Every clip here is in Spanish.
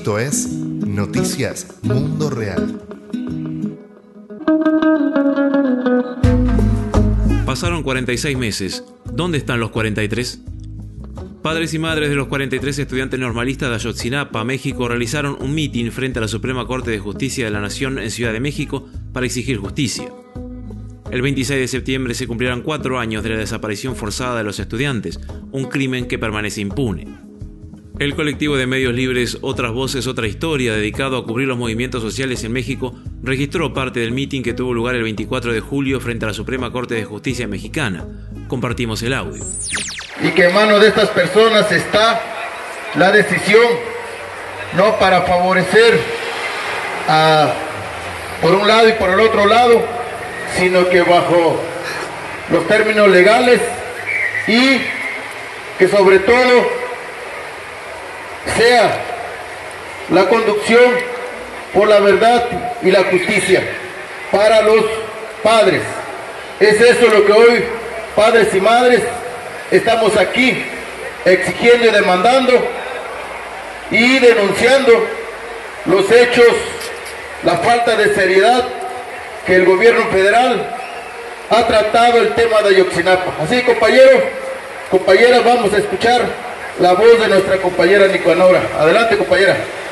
Esto es Noticias Mundo Real. Pasaron 46 meses. ¿Dónde están los 43? Padres y madres de los 43 estudiantes normalistas de Ayotzinapa, México, realizaron un mitin frente a la Suprema Corte de Justicia de la Nación en Ciudad de México para exigir justicia. El 26 de septiembre se cumplirán 4 años de la desaparición forzada de los estudiantes, un crimen que permanece impune. El colectivo de medios libres Otras Voces, Otra Historia, dedicado a cubrir los movimientos sociales en México, registró parte del mitin que tuvo lugar el 24 de julio frente a la Suprema Corte de Justicia mexicana. Compartimos el audio. Y que en manos de estas personas está la decisión, no para favorecer por un lado y por el otro lado, sino que bajo los términos legales y que sobre todo sea la conducción por la verdad y la justicia para los padres. Es eso lo que hoy, padres y madres, estamos aquí exigiendo y demandando y denunciando los hechos, la falta de seriedad que el gobierno federal ha tratado el tema de Ayotzinapa. Así, compañeros, compañeras, vamos a escuchar la voz de nuestra compañera Nicanora. Adelante, compañera.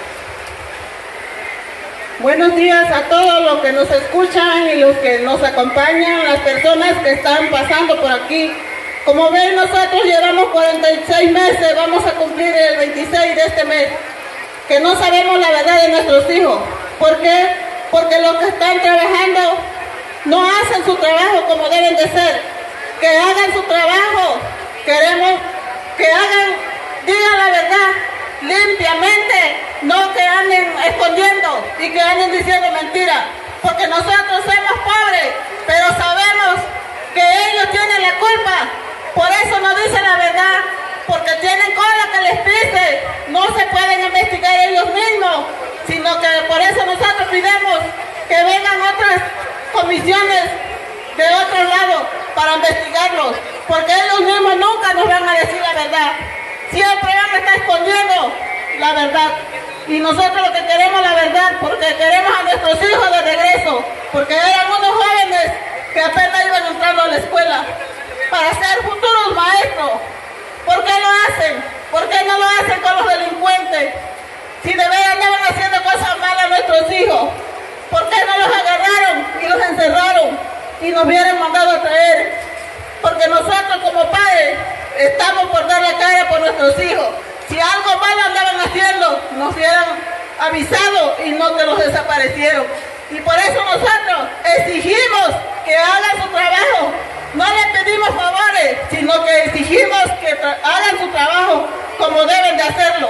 Buenos días a todos los que nos escuchan y los que nos acompañan, las personas que están pasando por aquí. Como ven, nosotros llevamos 46 meses, vamos a cumplir el 26 de este mes, que no sabemos la verdad de nuestros hijos. ¿Por qué? Porque los que están trabajando no hacen su trabajo como deben de ser. Que hagan su trabajo. Queremos que digan la verdad limpiamente, no que anden escondiendo y que anden diciendo mentiras. Porque nosotros somos pobres, pero sabemos que ellos tienen la culpa. Por eso no dicen la verdad, porque tienen cola que les pise. No se pueden investigar ellos mismos, sino que por eso nosotros pidemos que vengan otras comisiones de otro lado para investigarlos, porque ellos mismos nunca nos van a decir la verdad. Siempre van a estar escondiendo la verdad. Y nosotros lo que queremos la verdad, porque queremos a nuestros hijos de regreso, porque eran unos jóvenes que apenas iban entrando a la escuela para ser futuros maestros. ¿Por qué lo hacen? ¿Por qué no lo hacen con los delincuentes? Si de veras andaban haciendo cosas malas a nuestros hijos, ¿por qué no los agarraron y los encerraron y nos hubieran mandado a traer? Porque nosotros como padres estamos por dar la cara por nuestros hijos. Si algo malo andaban haciendo, nos hubieran avisado y no que los desaparecieron. Y por eso nosotros exigimos que hagan su trabajo. No les pedimos favores, sino que exigimos que hagan su trabajo como deben de hacerlo.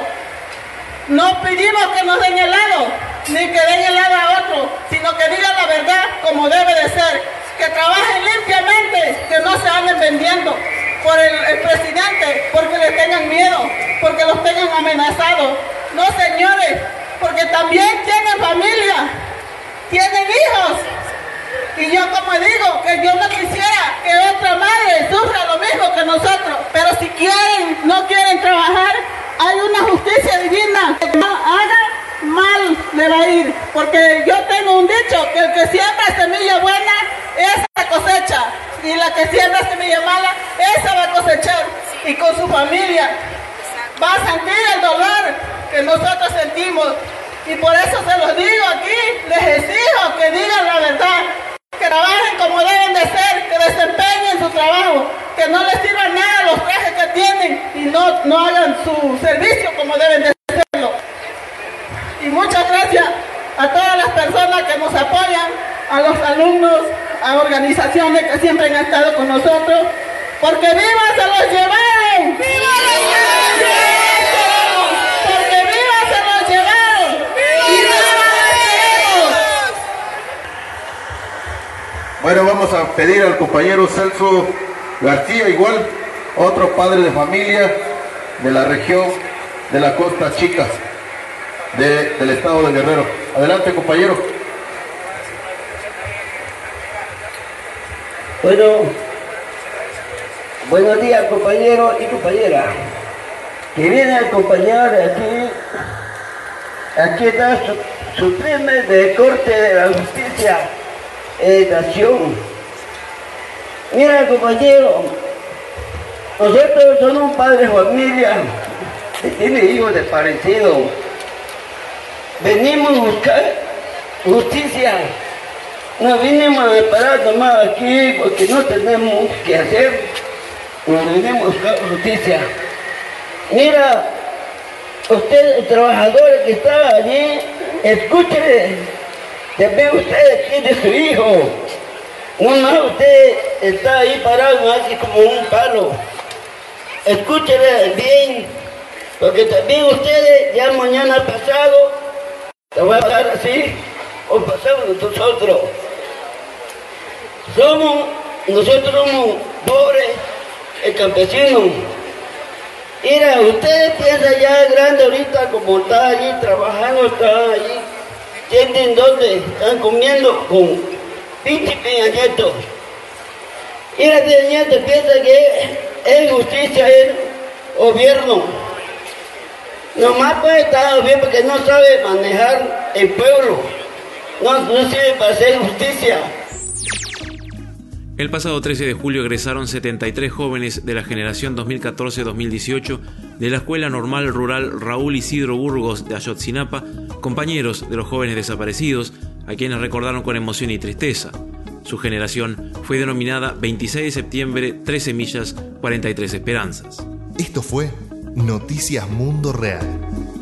No pedimos que nos den helado, ni que den helado a otro, sino que digan la verdad como debe de ser. Que trabajen limpiamente, que no se anden vendiendo por el presidente, porque les tengan miedo, porque los tengan amenazados. No, señores, porque también tienen familia, tienen hijos. Y yo como digo, que yo no quisiera que otra madre sufra lo mismo que nosotros. Pero si no quieren trabajar, hay una justicia divina. Que no haga mal le va a ir. Porque yo tengo un dicho, que el que siembra semilla buena, esa cosecha. Y la que siembra semilla mala, esa va a cosechar. Y con su familia va a sentir el dolor que nosotros sentimos. Y por eso se los digo aquí, les exijo que digan la verdad. Que trabajen como deben de ser, que desempeñen su trabajo, que no les sirvan nada los trajes que tienen y no hagan su servicio como deben de hacerlo. Y muchas gracias a todas las personas que nos apoyan, a los alumnos, a organizaciones que siempre han estado con nosotros, porque ¡viva se los llevaron! ¡Viva los llevaron! Porque ¡viva se los llevaron! ¡Viva! Bueno, vamos a pedir al compañero Celso García, igual, otro padre de familia de la región de la Costa Chica, del estado de Guerrero. Adelante, compañero. Bueno, buenos días, compañeros y compañeras que vienen a acompañar aquí Aquí está Suprema de Corte de la Justicia Nación. Mira, compañero, nosotros somos padres de familia que tiene hijos desaparecidos. Venimos a buscar justicia. No vinimos a parar nomás aquí porque no tenemos que hacer. Nos venimos a buscar justicia. Mira, ustedes, trabajadores que están allí, escúchenle. También usted tiene su hijo. No, usted está ahí parado así como un palo. Escúchenle bien, porque también ustedes ya mañana pasado trabajar así, o pasamos nosotros. Nosotros somos pobres, el campesino. Mira, ustedes piensan ya grande ahorita como está allí trabajando, está allí. ¿Entienden dónde? Están comiendo con pinche Peña Nieto. Mira, Peña Nieto piensa que es justicia, es gobierno. Nomás puede estar bien porque no sabe manejar el pueblo. No sirve para hacer justicia. El pasado 13 de julio egresaron 73 jóvenes de la generación 2014-2018 de la Escuela Normal Rural Raúl Isidro Burgos de Ayotzinapa, compañeros de los jóvenes desaparecidos, a quienes recordaron con emoción y tristeza. Su generación fue denominada 26 de septiembre, 3 semillas, 43 esperanzas. Esto fue Noticias Mundo Real.